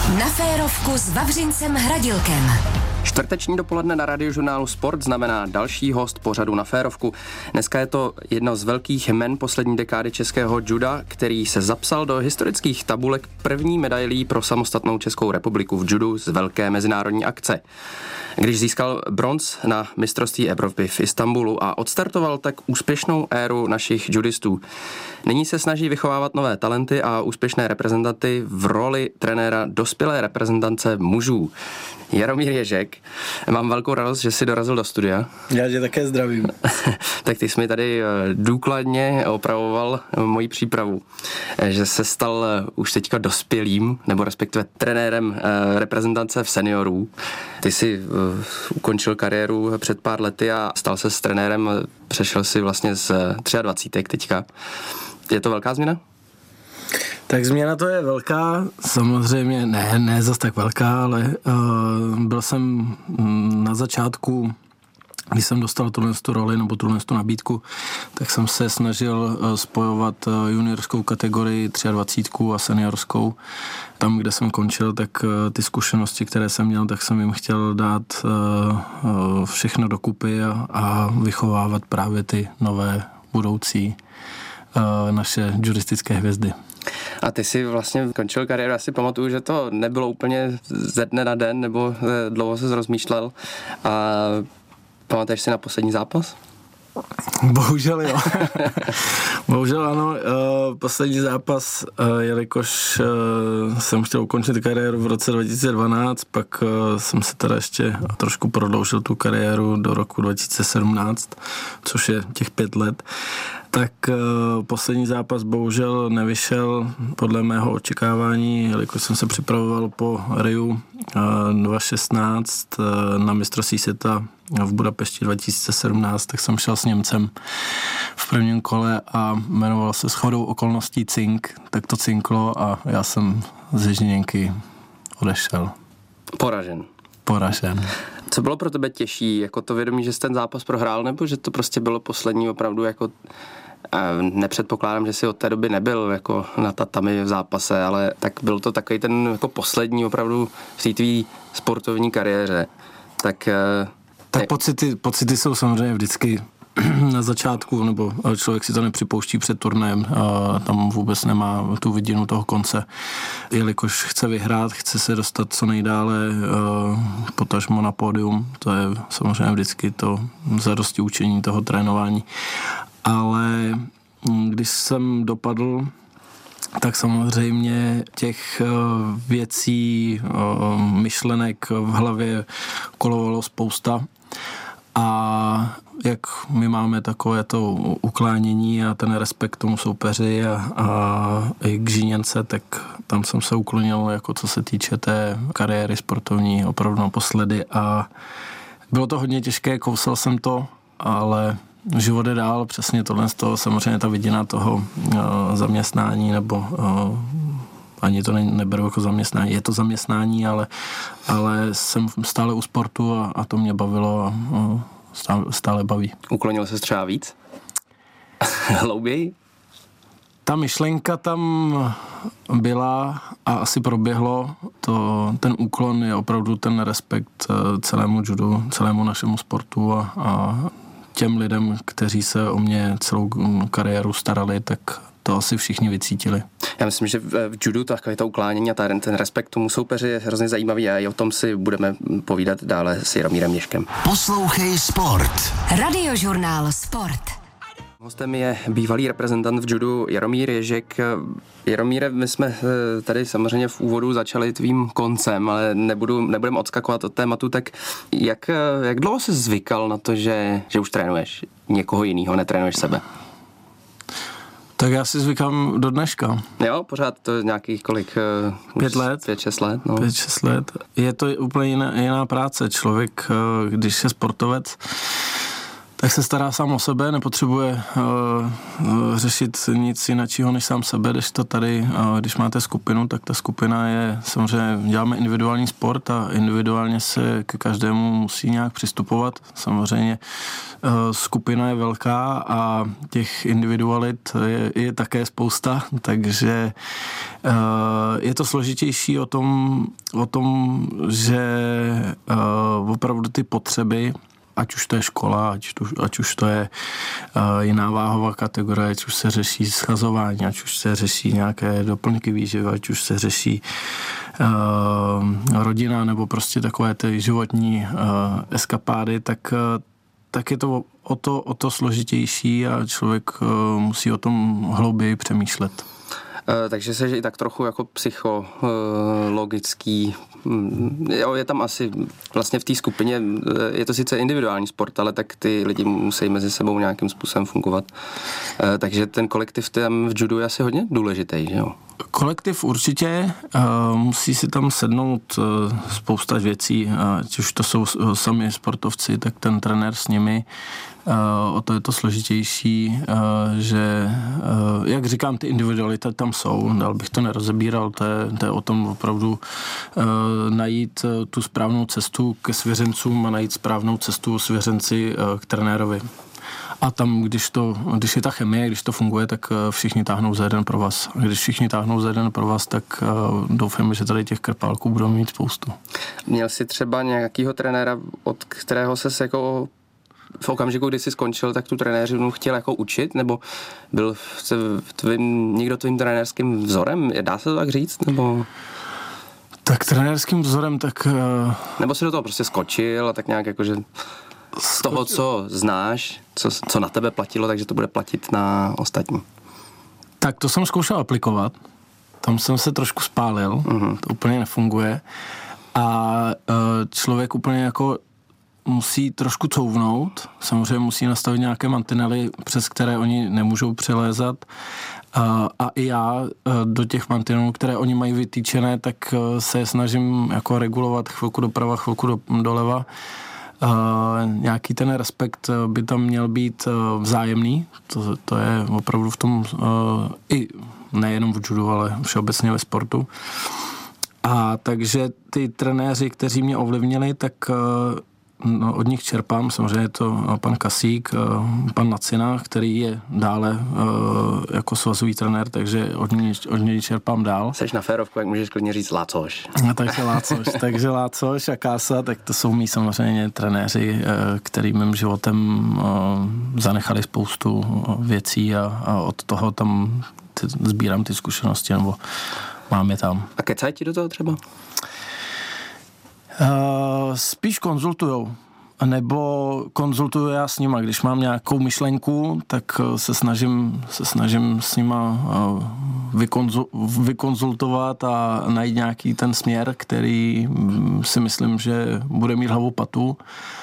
Na férovku s Vavřincem Hradilkem. Čtvrteční dopoledne na Radiožurnálu Sport znamená další host pořadu Na férovku. Dneska je to jedno z velkých jmen poslední dekády českého juda, který se zapsal do historických tabulek první medailí pro samostatnou Českou republiku v judu z velké mezinárodní akce. Když získal bronz na mistrovství Evropy v Istanbulu a odstartoval tak úspěšnou éru našich judistů. Nyní se snaží vychovávat nové talenty a úspěšné reprezentanty v roli trenéra dospělé reprezentace mužů. Jaromír Ježek, mám velkou radost, že jsi dorazil do studia. Já tě také zdravím. Tak ty jsi mi tady důkladně opravoval moji přípravu, že se stal už teďka dospělým, nebo respektive trenérem reprezentace v seniorů. Ty jsi ukončil kariéru před pár lety a stal se s trenérem, přešel si vlastně z 23 teďka. Je to velká změna? Tak změna to je velká, samozřejmě ne zas tak velká, ale byl jsem na začátku, když jsem dostal tuhle roli nebo tuhle nabídku, tak jsem se snažil spojovat juniorskou kategorii 23 a seniorskou. Tam, kde jsem končil, tak ty zkušenosti, které jsem měl, tak jsem jim chtěl dát všechno dokupy a vychovávat právě ty nové budoucí naše juristické hvězdy. A ty si vlastně končil kariéru, já si pamatuju, že to nebylo úplně ze dne na den, nebo dlouho se rozmýšlel. A pamatuješ si na poslední zápas? Bohužel jo. Bohužel ano. Poslední zápas, jelikož jsem chtěl ukončit kariéru v roce 2012, pak jsem se teda ještě trošku prodloužil tu kariéru do roku 2017, což je těch 5 let. Tak poslední zápas bohužel nevyšel podle mého očekávání, jelikož jsem se připravoval po Riu 2016 na mistrovství světa v Budapešti 2017, tak jsem šel s Němcem v prvním kole a jmenoval se shodou okolností Cink, tak to cinklo a já jsem z Jižněnky odešel. Poražen. Co bylo pro tebe těžší, jako to vědomí, že jsi ten zápas prohrál, nebo že to prostě bylo poslední opravdu jako... Nepředpokládám, že jsi od té doby nebyl jako na tatami v zápase, ale tak byl to takový ten jako poslední opravdu v té tvý sportovní kariéře. Tak pocity jsou samozřejmě vždycky na začátku, nebo člověk si to nepřipouští před turnajem, tam vůbec nemá tu vidinu toho konce. Jelikož chce vyhrát, chce se dostat co nejdále, potažmo na pódium, to je samozřejmě vždycky to zadosti učení toho trénování. Ale když jsem dopadl, tak samozřejmě těch věcí, myšlenek v hlavě kolovalo spousta. A jak my máme takové to uklánění a ten respekt tomu soupeři a i k Žíněnce, tak tam jsem se uklonil, jako co se týče té kariéry sportovní, opravdu naposledy. A bylo to hodně těžké, kousal jsem to, ale život je dál, přesně tohle z toho, samozřejmě ta vidina toho zaměstnání, nebo ani to neberu jako zaměstnání, je to zaměstnání, ale jsem stále u sportu a to mě bavilo a stále baví. Uklonil se třeba víc? Hlouběji? Ta myšlenka tam byla a asi proběhlo. Ten úklon je opravdu ten respekt celému judu, celému našemu sportu a těm lidem, kteří se o mě celou kariéru starali, tak to asi všichni vycítili. Já myslím, že v judu takové to uklánění a ten respekt tomu soupeři je hrozně zajímavý a i o tom si budeme povídat dále s Jaromírem Ježkem. Poslouchej Sport. Radiožurnál Sport. Hostem je bývalý reprezentant v judu Jaromír Ježek. Jaromíre, my jsme tady samozřejmě v úvodu začali tvým koncem, ale nebudeme odskakovat od tématu, tak jak dlouho jsi zvykal na to, že už trénuješ někoho jiného, netrénuješ sebe? Tak já si zvykám do dneška. Jo, pořád to je nějakých kolik? 5 let. 5-6 let. No. 5-6 let. Je to úplně jiná práce. Člověk, když je sportovec, tak se stará sám o sebe, nepotřebuje řešit nic jiného než sám sebe, kdežto tady, když máte skupinu, tak ta skupina je, samozřejmě děláme individuální sport a individuálně se ke každému musí nějak přistupovat. Samozřejmě skupina je velká a těch individualit je také spousta, takže je to složitější o tom, že opravdu ty potřeby, ať už to je škola, ať už to je jiná váhová kategorie, ať už se řeší schazování, ať už se řeší nějaké doplňky výživy, ať už se řeší rodina nebo prostě takové ty životní eskapády, tak je to o to složitější a člověk musí o tom hlouběji přemýšlet. Takže se i tak trochu jako psychologický, jo, je tam asi vlastně v té skupině, je to sice individuální sport, ale tak ty lidi musí mezi sebou nějakým způsobem fungovat. Takže ten kolektiv tam v judu je asi hodně důležitý, že jo? Kolektiv určitě, musí si tam sednout spousta věcí, ať už to jsou sami sportovci, tak ten trenér s nimi, o to je to složitější, že, jak říkám, ty individuality tam jsou, dál bych to nerozebíral, to je o tom opravdu najít tu správnou cestu ke svěřencům a najít správnou cestu svěřenci k trenérovi. A tam, když je ta chemie, když to funguje, tak všichni táhnou za jeden provaz. A když všichni táhnou za jeden provaz, tak doufám, že tady těch krpálků budou mít spoustu. Měl jsi třeba nějakýho trenéra, od kterého ses jako v okamžiku, kdy jsi skončil, tak tu trenéřinu chtěl jako učit, nebo byl někdo tvým trenérským vzorem? Dá se to tak říct, nebo... Tak trenérským vzorem, tak... Nebo jsi do toho prostě skočil a tak nějak jakože... Z toho, co znáš, co na tebe platilo, takže to bude platit na ostatní. Tak to jsem zkoušel aplikovat. Tam jsem se trošku spálil. To úplně nefunguje. A člověk úplně jako musí trošku couvnout. Samozřejmě musí nastavit nějaké mantinely, přes které oni nemůžou přelézat. A i já do těch mantinelů, které oni mají vytýčené, tak se snažím jako regulovat chvilku doprava, chvilku doleva. Nějaký ten respekt by tam měl být vzájemný, to je opravdu v tom, i nejenom v judu, ale všeobecně ve sportu. A takže ty trenéři, kteří mě ovlivnili, tak od nich čerpám, samozřejmě je to pan Kasík, pan Nacina, který je dále jako svazový trenér, takže od něj čerpám dál. Seš na férovku, jak můžeš klidně říct Lácoš. Takže Lácoš a Kása, tak to jsou mý samozřejmě trenéři, který mým životem zanechali spoustu věcí a od toho tam sbírám ty zkušenosti, nebo mám je tam. A kecají ti do toho třeba? Spíš konzultujou, nebo konzultuju já s nima. Když mám nějakou myšlenku, tak se snažím s nima vykonzultovat a najít nějaký ten směr, který si myslím, že bude mít hlavu patu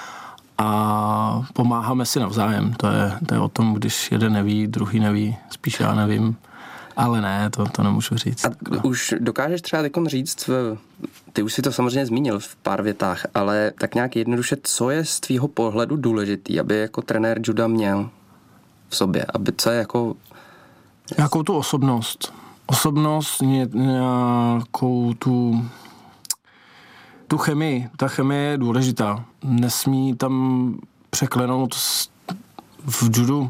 a pomáháme si navzájem. To je o tom, když jeden neví, druhý neví, spíš já nevím. Ale ne, to nemůžu říct. A už dokážeš třeba teď říct, ty už si to samozřejmě zmínil v pár větách, ale tak nějak jednoduše, co je z tvýho pohledu důležitý, aby jako trenér juda měl v sobě, aby co je jako... Jakou tu osobnost. Osobnost, nějakou tu chemii. Ta chemie je důležitá. Nesmí tam překlenout v judu.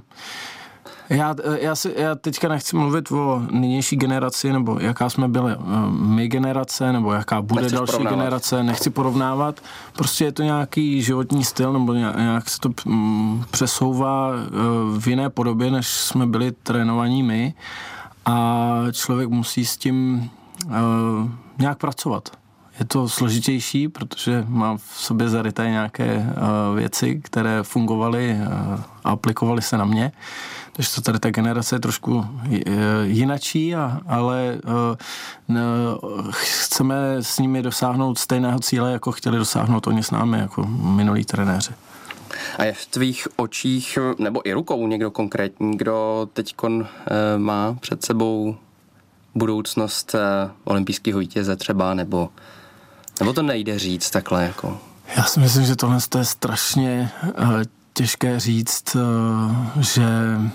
Já teďka nechci mluvit o nynější generaci, nebo jaká jsme byli my generace, nebo jaká bude další generace, nechci porovnávat. Prostě je to nějaký životní styl, nebo nějak se to přesouvá v jiné podobě, než jsme byli trénovaní my. A člověk musí s tím nějak pracovat. Je to složitější, protože mám v sobě zaryté nějaké věci, které fungovaly a aplikovaly se na mě. Takže to tady ta generace je trošku jinačí, ale chceme s nimi dosáhnout stejného cíle, jako chtěli dosáhnout oni s námi, jako minulí trenéři. A je v tvých očích, nebo i rukou někdo konkrétní, kdo teďkon má před sebou budoucnost olympijského vítěze třeba, nebo to nejde říct takhle jako? Já si myslím, že tohle je strašně těžké říct, že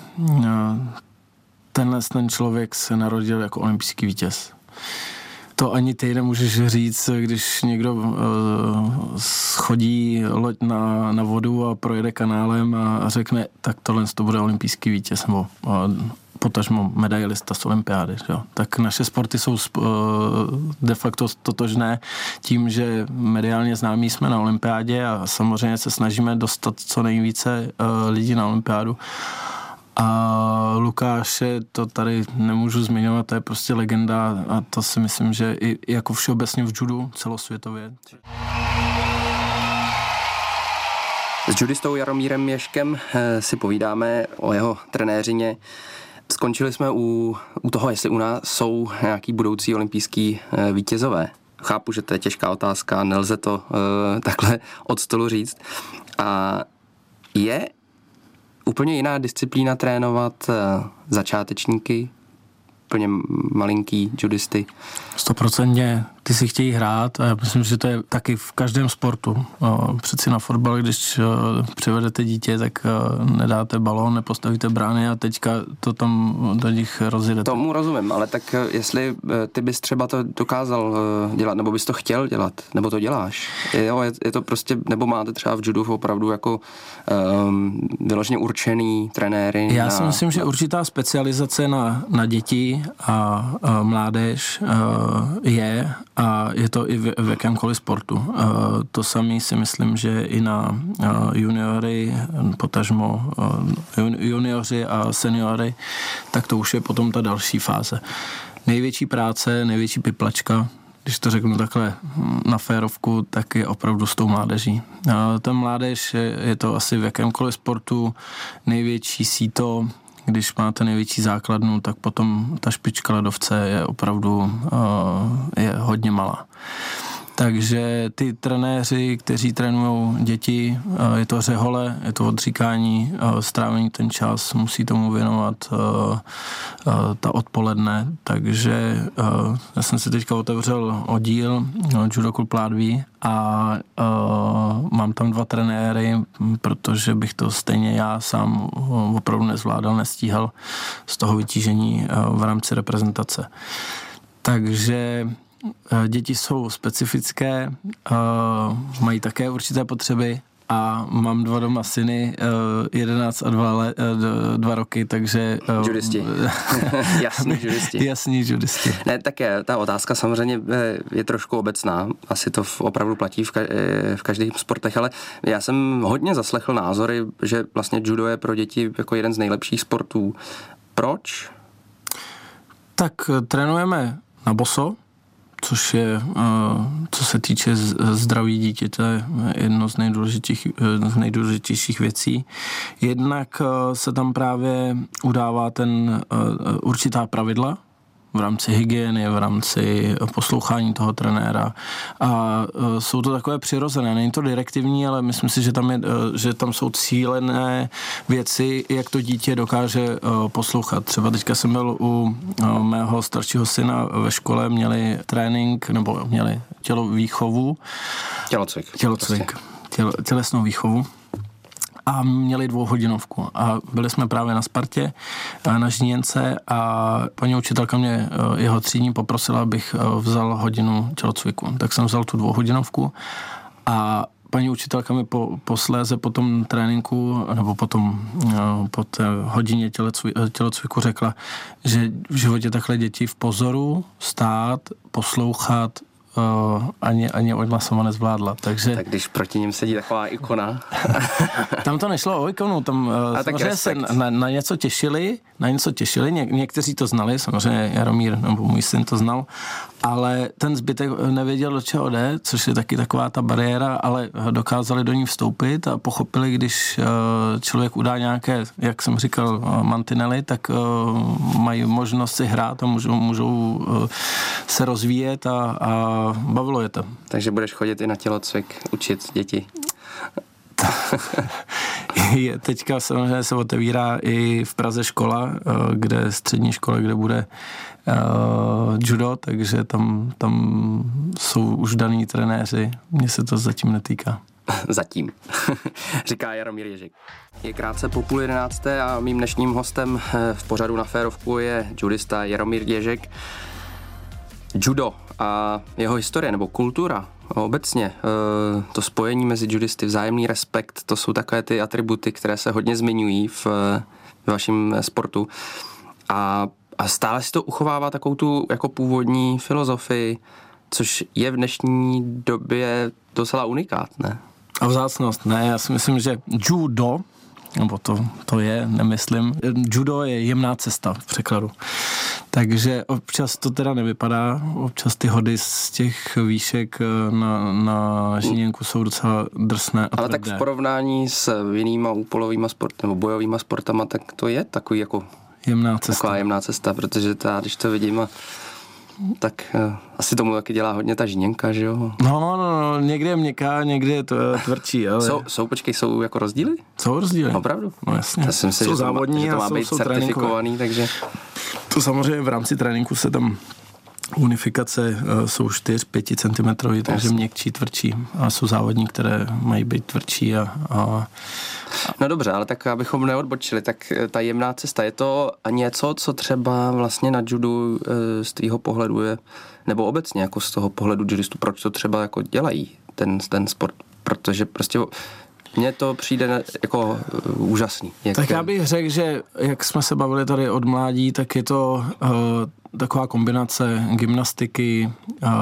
ten člověk se narodil jako olympijský vítěz. To ani ty nemůžeš říct, když někdo schodí loď na vodu a projede kanálem a řekne, tak tohle to bude olympijský vítěz, nebo potažmo medailista z olympiády. Jo. Tak naše sporty jsou de facto totožné tím, že mediálně známí jsme na olympiádě a samozřejmě se snažíme dostat co nejvíce lidí na olympiádu. A Lukáše, to tady nemůžu zmiňovat, to je prostě legenda a to si myslím, že i jako všeobecně v judu celosvětově. S judistou Jaromírem Ježkem si povídáme o jeho trenéřině. Skončili jsme u toho, jestli u nás jsou nějaký budoucí olympijský vítězové. Chápu, že to je těžká otázka, nelze to takhle od stolu říct. A je úplně jiná disciplína trénovat začátečníky, úplně malinký judisty? 100%. Ty si chtějí hrát a já myslím, že to je taky v každém sportu. Přeci na fotbal, když přivedete dítě, tak nedáte balón, nepostavíte brány a teďka to tam do nich rozjedete. Tomu rozumím, ale tak jestli ty bys třeba to dokázal dělat, nebo bys to chtěl dělat, nebo to děláš. Jo, je to prostě, nebo máte třeba v judu opravdu jako vyloženě určený trenéry? Já si myslím, že určitá specializace na děti a mládež je a je to i v jakémkoliv sportu. To samé si myslím, že i na juniory, potažmo junioři a seniory, tak to už je potom ta další fáze. Největší práce, největší piplačka, když to řeknu takhle na férovku, tak je opravdu s tou mládeží. Ten mládež je to asi v jakémkoliv sportu největší síto. Když máte největší základnu, tak potom ta špička ledovce je opravdu je hodně malá. Takže ty trenéři, kteří trénujou děti, je to řehole, je to odříkání, strávení ten čas, musí tomu věnovat ta odpoledne. Takže já jsem si teďka otevřel oddíl Judo Klub Ládví a mám tam 2 trenéry, protože bych to stejně já sám opravdu nezvládal, nestíhal z toho vytížení v rámci reprezentace. Takže děti jsou specifické, mají také určité potřeby a mám 2 doma syny, 11 a 2 roky, takže... Judisti. Jasný judisti. Jasný judisti. Ne, tak ta otázka samozřejmě je trošku obecná, asi to opravdu platí v každých sportech, ale já jsem hodně zaslechl názory, že vlastně judo je pro děti jako jeden z nejlepších sportů. Proč? Tak trénujeme na boso, což je, co se týče zdraví dítěte, jedno z nejdůležitějších věcí. Jednak se tam právě udává určitá pravidla v rámci hygieny, v rámci poslouchání toho trenéra a jsou to takové přirozené. Není to direktivní, ale myslím si, že tam jsou cílené věci, jak to dítě dokáže poslouchat. Třeba teďka jsem byl u mého staršího syna ve škole, měli trénink, nebo měli tělovýchovu. Tělocvik. Tělesnou výchovu. A měli 2hodinovku a byli jsme právě na Spartě, na Žníjence a paní učitelka mě, jeho třídní, poprosila, abych vzal hodinu tělocviku. Tak jsem vzal tu 2hodinovku a paní učitelka mi posléze po tom tréninku, nebo po té hodině tělocviku řekla, že v životě takhle děti v pozoru stát, poslouchat, ani ona sama nezvládla, takže... Tak když proti ním sedí taková ikona... Tam to nešlo o ikonu, tam samozřejmě se na něco těšili, někteří to znali, samozřejmě Jaromír, nebo můj syn to znal, ale ten zbytek nevěděl, do čeho jde, což je taky taková ta bariéra, ale dokázali do ní vstoupit a pochopili, když člověk udá nějaké, jak jsem říkal, mantinely, tak mají možnost si hrát a můžou se rozvíjet a bavilo je to. Takže budeš chodit i na tělocvik, učit děti. Teďka samozřejmě se otevírá i v Praze škola, střední škola, kde bude judo, takže tam jsou už daný trenéři. Mně se to zatím netýká. Zatím, říká Jaromír Ježek. Je krátce po 10:30 a mým dnešním hostem v pořadu Na férovku je judista Jaromír Ježek. Judo a jeho historie nebo kultura obecně, to spojení mezi judisty, vzájemný respekt, to jsou takové ty atributy, které se hodně zmiňují v vašem sportu. A stále si to uchovává takovou tu jako původní filozofii, což je v dnešní době docela unikát, ne? A vzácnost, ne, já si myslím, že judo, nebo to je, nemyslím, judo je jemná cesta v překladu. Takže občas to teda nevypadá, občas ty hody z těch výšek na žíněnku jsou docela drsné a ale tvrdé. tak v porovnání s jinýma úpolovýma sporty nebo bojovýma sportama, tak to je takový jako jemná cesta. Taková jemná cesta, protože když to vidím, tak asi tomu taky dělá hodně ta žíněnka, že jo? No, někde je měkká, někde je to tvrdší, ale... Jsou jako rozdíly? Jsou rozdíly. Opravdu? No jasně. Já si myslím, jsou že závodní to má být certifikovaný, takže... To samozřejmě v rámci tréninku se tam unifikace jsou 4-5 cm, takže měkčí, tvrdší. A jsou závodní, které mají být tvrdší a... No dobře, ale tak abychom neodbočili, tak ta jemná cesta, je to něco, co třeba vlastně na judu z tvýho pohledu je, nebo obecně jako z toho pohledu judistů, proč to třeba jako dělají ten sport, protože prostě mně to přijde jako úžasný. Tak já bych řekl, že jak jsme se bavili tady od mládí, tak je to taková kombinace gymnastiky,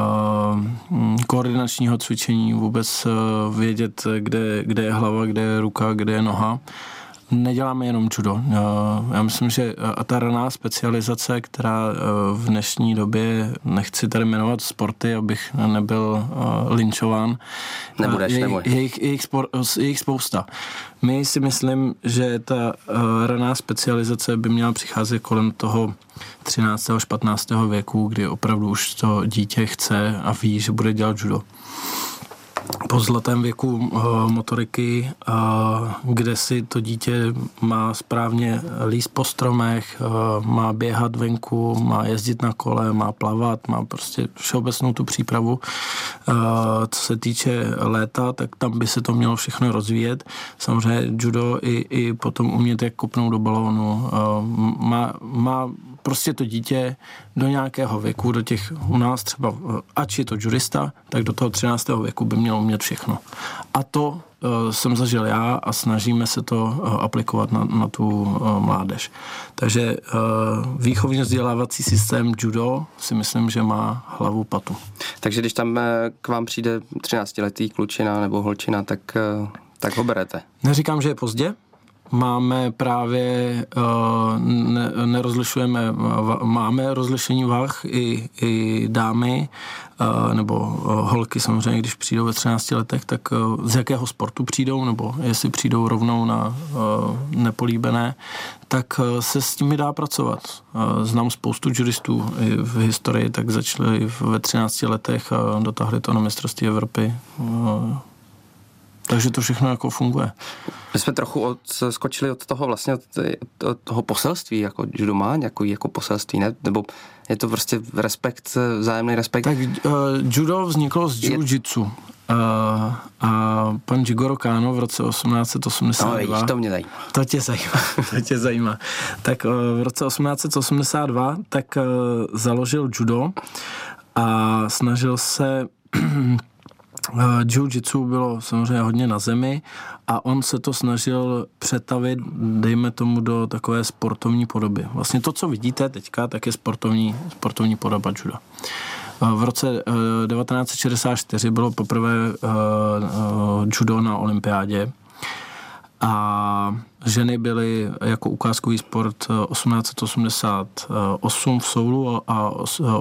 koordinačního cvičení, vůbec vědět, kde je hlava, kde je ruka, kde je noha. Neděláme jenom judo. Já myslím, že ta raná specializace, která v dnešní době, nechci tady jmenovat sporty, abych nebyl lynčován. Nebudeš. Je jich spousta. My si myslím, že ta raná specializace by měla přicházet kolem toho 13. až 15. věku, kdy opravdu už to dítě chce a ví, že bude dělat judo. Po zlatém věku motoriky, kde si to dítě má správně líst po stromech, má běhat venku, má jezdit na kole, má plavat, má prostě všeobecnou tu přípravu. Co se týče léta, tak tam by se to mělo všechno rozvíjet. Samozřejmě judo i potom umět, jak kopnout do balónu. Má prostě to dítě do nějakého věku, do těch u nás třeba, ač je to judista, tak do toho 13. věku by mělo umět všechno. A to jsem zažil já a snažíme se to aplikovat na tu mládež. Takže výchovně vzdělávací systém judo si myslím, že má hlavu patu. Takže když tam k vám přijde 13letý klučina nebo holčina, tak ho berete? Neříkám, že je pozdě. Máme právě, nerozlišujeme, máme rozlišení vah i dámy, nebo holky samozřejmě, když přijdou ve 13 letech, tak z jakého sportu přijdou, nebo jestli přijdou rovnou na nepolíbené, tak se s nimi dá pracovat. Znám spoustu judistů v historii, tak začali ve 13 letech a dotáhli to na mistrovství Evropy. Takže to všechno jako funguje. My jsme trochu skočili od toho vlastně, od toho poselství, jako judo má nějaký jako poselství, ne? Nebo je to prostě respekt, vzájemný respekt? Tak judo vzniklo z jiu-jitsu. A pan Jigoro Kano v roce 1882... No, to mě zajímá. To tě zajímá. Tak v roce 1882 tak založil judo a snažil se... Jiu-jitsu bylo samozřejmě hodně na zemi a on se to snažil přetavit, dejme tomu, do takové sportovní podoby. Vlastně to, co vidíte teďka, tak je sportovní podoba juda. V roce 1964 bylo poprvé judo na olympiádě a ženy byly jako ukázkový sport 1888 v Soulu a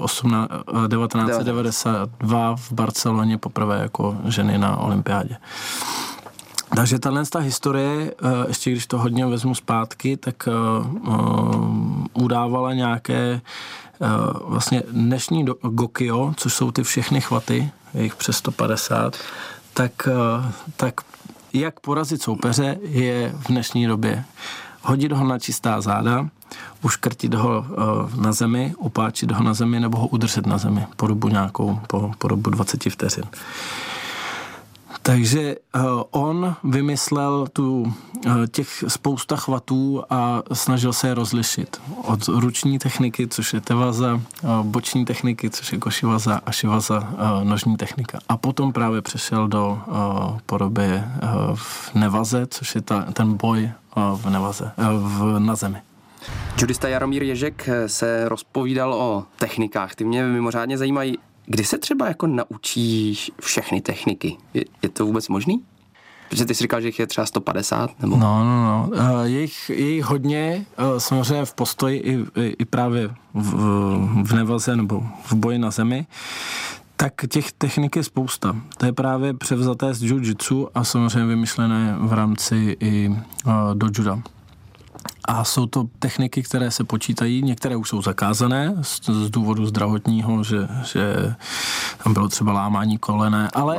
1992 v Barceloně poprvé jako ženy na olympiádě. Takže ta historie, ještě když to hodně vezmu zpátky, tak udávala nějaké vlastně dnešní gokyo, což jsou ty všechny chvaty, je jich přes 150, tak jak porazit soupeře je v dnešní době hodit ho na čistá záda, uškrtit ho na zemi, upáčit ho na zemi nebo ho udržet na zemi po dobu 20 vteřin. Takže on vymyslel těch spousta chvatů a snažil se je rozlišit. Od ruční techniky, což je tevaza, boční techniky, což je košivaza a šivaza, nožní technika. A potom právě přešel do podoby v nevaze, což je ten boj v nevaze, na zemi. Judista Jaromír Ježek se rozpovídal o technikách. Ty mě mimořádně zajímají. Kdy se třeba jako naučíš všechny techniky? Je to vůbec možný? Protože ty jsi říkal, že jich je třeba 150? Nebo? No. Je jich hodně, samozřejmě v postoji i právě v nevaze nebo v boji na zemi. Tak těch technik je spousta. To je právě převzaté z jiu-jitsu a samozřejmě vymyšlené v rámci i do juda. A jsou to techniky, které se počítají, některé už jsou zakázané z důvodu zdravotního, že tam bylo třeba lámání kolene, ale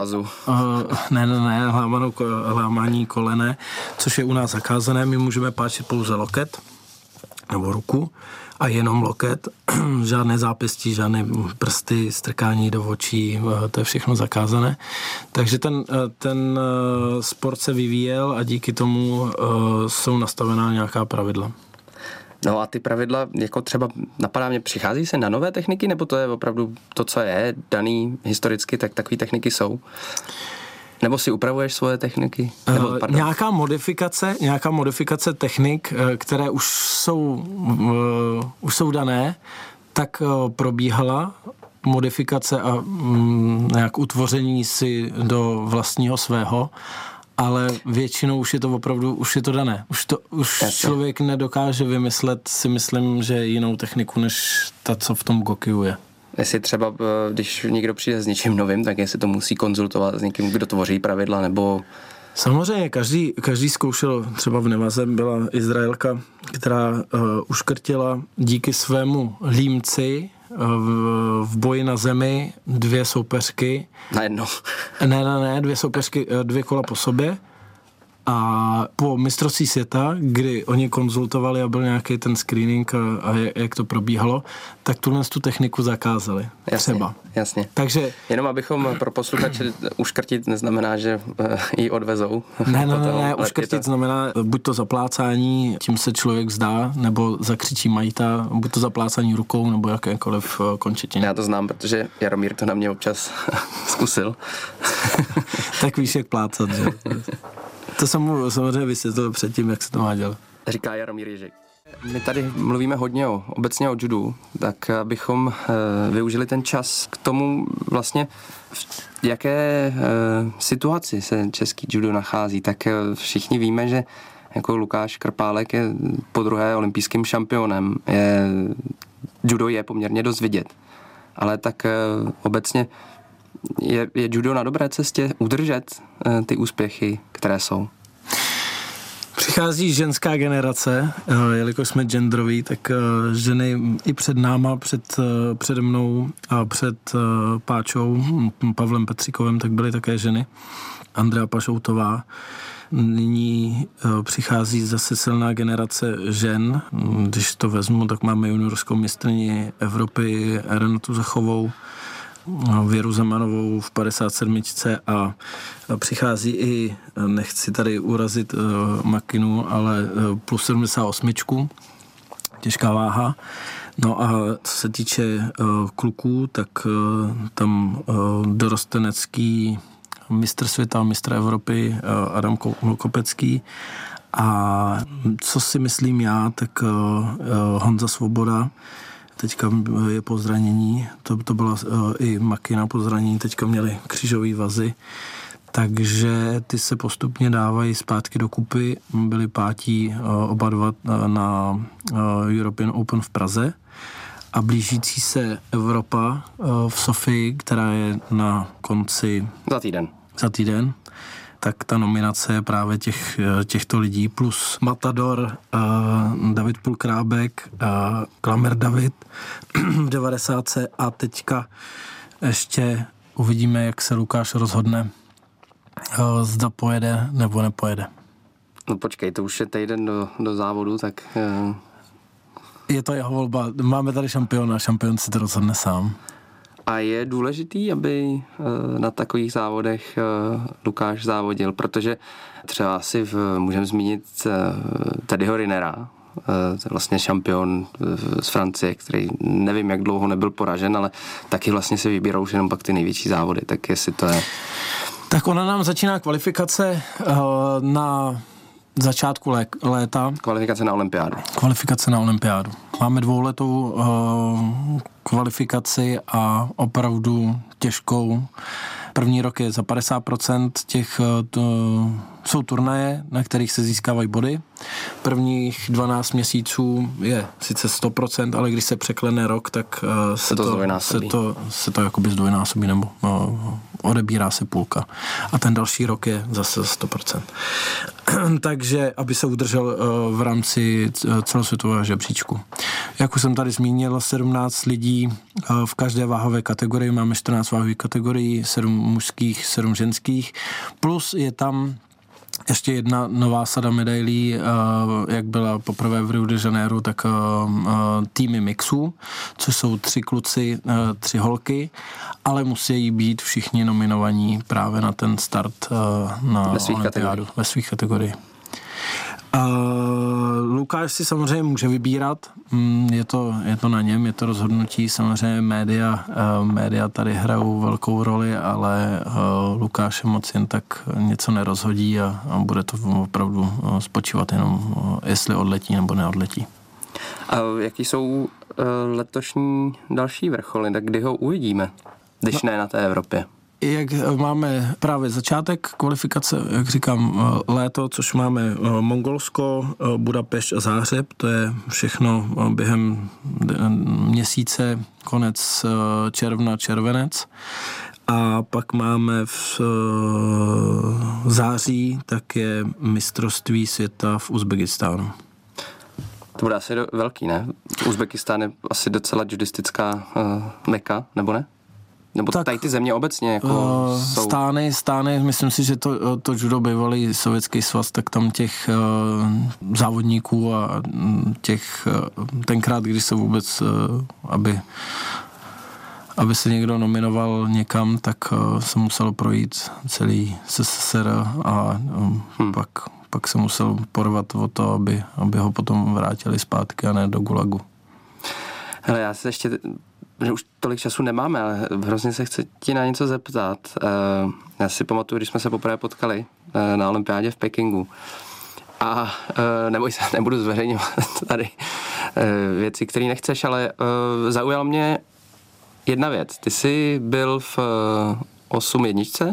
lámání kolene, což je u nás zakázané, my můžeme páčit pouze loket nebo ruku a jenom loket, žádné zápěstí, žádné prsty, strkání do očí, to je všechno zakázané. Takže ten sport se vyvíjel a díky tomu jsou nastavená nějaká pravidla. No a ty pravidla, jako třeba napadá mě, přichází se na nové techniky, nebo to je opravdu to, co je daný historicky, tak takové techniky jsou? Nebo si upravuješ svoje techniky? Nějaká modifikace technik, které už jsou dané, tak probíhala modifikace a nějak utvoření si do vlastního svého, ale většinou už je to opravdu, už je to dané. Už člověk nedokáže vymyslet, si myslím, že jinou techniku, než ta, co v tom Gokyu je. Jestli třeba, když někdo přijde s něčím novým, tak jestli to musí konzultovat s někým, kdo tvoří pravidla, nebo... Samozřejmě, každý zkoušel, třeba v nevaze byla Izraelka, která uškrtila díky svému límci v boji na zemi 2 soupeřky. Najednou. Ne, 2 soupeřky, 2 kola po sobě. A po mistrovství světa, kdy oni konzultovali a byl nějaký ten screening a jak to probíhalo, tak tu techniku zakázali. Jasně. Takže... Jenom abychom pro posluchače, uškrtit neznamená, že ji odvezou. Ne, uškrtit znamená buď to zaplácání, tím se člověk vzdá, nebo zakřičí majita, buď to zaplácání rukou, nebo jakékoliv končetině. Já to znám, protože Jaromír to na mě občas zkusil. Tak víš, jak plácat, že? To jsem mu samozřejmě vysvětlil předtím, jak se to má dělat. Říká Jaromír Ježek. My tady mluvíme hodně obecně o judu, tak abychom využili ten čas k tomu vlastně, v jaké situaci se český judo nachází. Tak všichni víme, že jako Lukáš Krpálek je podruhé olympijským šampionem. Judo je poměrně dost vidět. Ale tak obecně je judo na dobré cestě udržet ty úspěchy, které jsou? Přichází ženská generace, jelikož jsme genderoví, tak ženy i před náma, před mnou a před Páčou, Pavlem Petříkovem, tak byly také ženy. Andrea Pašoutová. Nyní přichází zase silná generace žen. Když to vezmu, tak máme juniorskou mistryni Evropy Renatu Zachovou, Věru Zemanovou v 57. a přichází i, nechci tady urazit Makinu, ale plus 78, těžká váha. No a co se týče kluků, tak tam dorostenecký mistr světa, mistr Evropy Adam Kopecký. A co si myslím já, tak Honza Svoboda, teďka je po zranění, to byla i Makina po zranění, teďka měli křížové vazy, takže ty se postupně dávají zpátky do kupy, byli pátí oba dva na European Open v Praze a blížící se Evropa v Sofii, která je na konci... Za týden. Tak ta nominace je právě těchto lidí, plus Matador, David Pulkrábek, Klamer David v 90. a teďka ještě uvidíme, jak se Lukáš rozhodne, zda pojede nebo nepojede. No počkej, to už je týden do závodu, tak... Je to jeho volba. Máme tady šampiona, šampion si to rozhodne sám. A je důležitý, aby na takových závodech Lukáš závodil, protože třeba si můžeme zmínit Teddyho Rynera, vlastně šampion z Francie, který nevím, jak dlouho nebyl poražen, ale taky vlastně se vybírou už jenom pak ty největší závody, tak jestli to je... Tak ona nám začíná kvalifikace na začátku léta. Kvalifikace na olympiádu. Máme 2letou kvalifikaci a opravdu těžkou. První rok je za 50%, jsou turnaje, na kterých se získávají body. Prvních 12 měsíců je sice 100%, ale když se překlene rok, tak se to jakoby zdvojnásobí nebo odebírá se půlka. A ten další rok je zase 100%. Takže, aby se udržel v rámci celosvětového žebříčku. Jak už jsem tady zmínil, 17 lidí v každé váhové kategorii, máme 14 váhových kategorií, 7 mužských, 7 ženských, plus je tam ještě jedna nová sada medailí, jak byla poprvé v Rio de Janeiro, tak týmy mixů, což jsou 3 kluci, 3 holky, ale musí být všichni nominovaní právě na ten start na olympiádu ve svých kategoriích. Lukáš si samozřejmě může vybírat, je to na něm, je to rozhodnutí, samozřejmě média tady hrajou velkou roli, ale Lukáše moc jen tak něco nerozhodí a bude to opravdu spočívat jenom, jestli odletí nebo neodletí. A jaký jsou letošní další vrcholy, tak kdy ho uvidíme, když ne na té Evropě? Jak máme právě začátek kvalifikace, jak říkám, léto, což máme Mongolsko, Budapešť a Záhřeb, to je všechno během měsíce, konec června, červenec. A pak máme v září, tak je mistrovství světa v Uzbekistánu. To bude asi velký, ne? Uzbekistán je asi docela judistická meka, nebo ne? Nebo tak, tady ty země obecně jako jsou... Stány, myslím si, že to judo bývalý Sovětský svaz, tak tam těch závodníků a těch tenkrát, když se vůbec, aby se někdo nominoval někam, tak se muselo projít celý SSSR a pak se musel porvat o to, aby ho potom vrátili zpátky a ne do gulagu. Hele, já se ještě... že už tolik času nemáme, ale hrozně se chci ti na něco zeptat. Já si pamatuju, když jsme se poprvé potkali na olympiádě v Pekingu. A neboj se, nebudu zveřejňovat tady věci, které nechceš, ale zaujala mě jedna věc. Ty jsi byl v 8-1?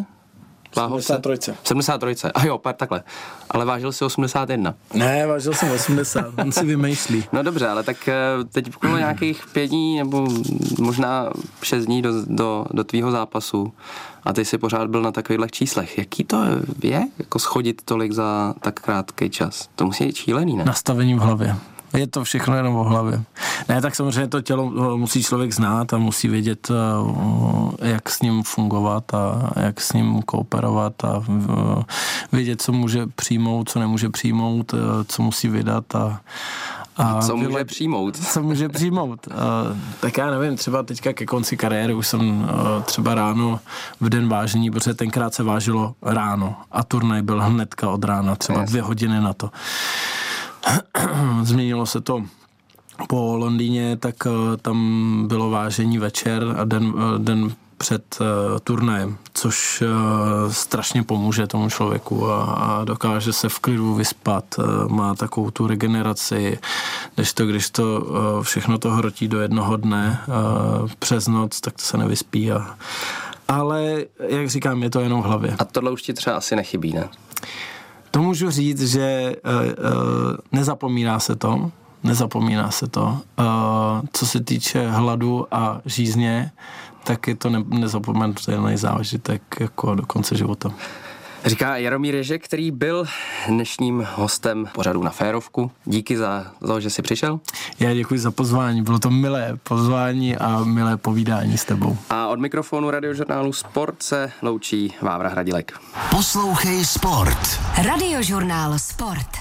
73. A jo, takhle. Ale vážil jsi 81. Ne, vážil jsem 80. On si vymýšlí. No dobře, ale tak teď bylo nějakých 5 dní nebo možná 6 dní do tvýho zápasu a ty jsi pořád byl na takových číslech. Jaký to je, jako schodit tolik za tak krátký čas? To musí být šílený, ne? Nastavení v hlavě. Je to všechno jenom o hlavě. Ne, tak samozřejmě to tělo musí člověk znát a musí vědět, jak s ním fungovat a jak s ním kooperovat a vědět, co může přijmout, co nemůže přijmout, co musí vydat a co může přijmout. Co může přijmout. Tak já nevím, třeba teďka ke konci kariéry už jsem třeba ráno v den vážení, protože tenkrát se vážilo ráno a turnaj byl hnedka od rána, třeba 2 hodiny na to. Změnilo se to po Londýně, tak tam bylo vážení večer a den před turnajem, což strašně pomůže tomu člověku a dokáže se v klidu vyspat, má takovou tu regeneraci, když to všechno to hrotí do jednoho dne přes noc, tak to se nevyspí. Ale, jak říkám, je to jenom v hlavě. A tohle už ti třeba asi nechybí, ne? To můžu říct, že nezapomíná se to. Co se týče hladu a žízně, tak je to nezapomenutelný zážitek jako do konce života. Říká Jaromír Ježek, který byl dnešním hostem pořadu Na férovku. Díky za to, že jsi přišel. Já děkuji za pozvání, bylo to milé pozvání a milé povídání s tebou. A od mikrofonu Radiožurnálu Sport se loučí Vávra Hradilek. Poslouchej Sport. Radiožurnál Sport.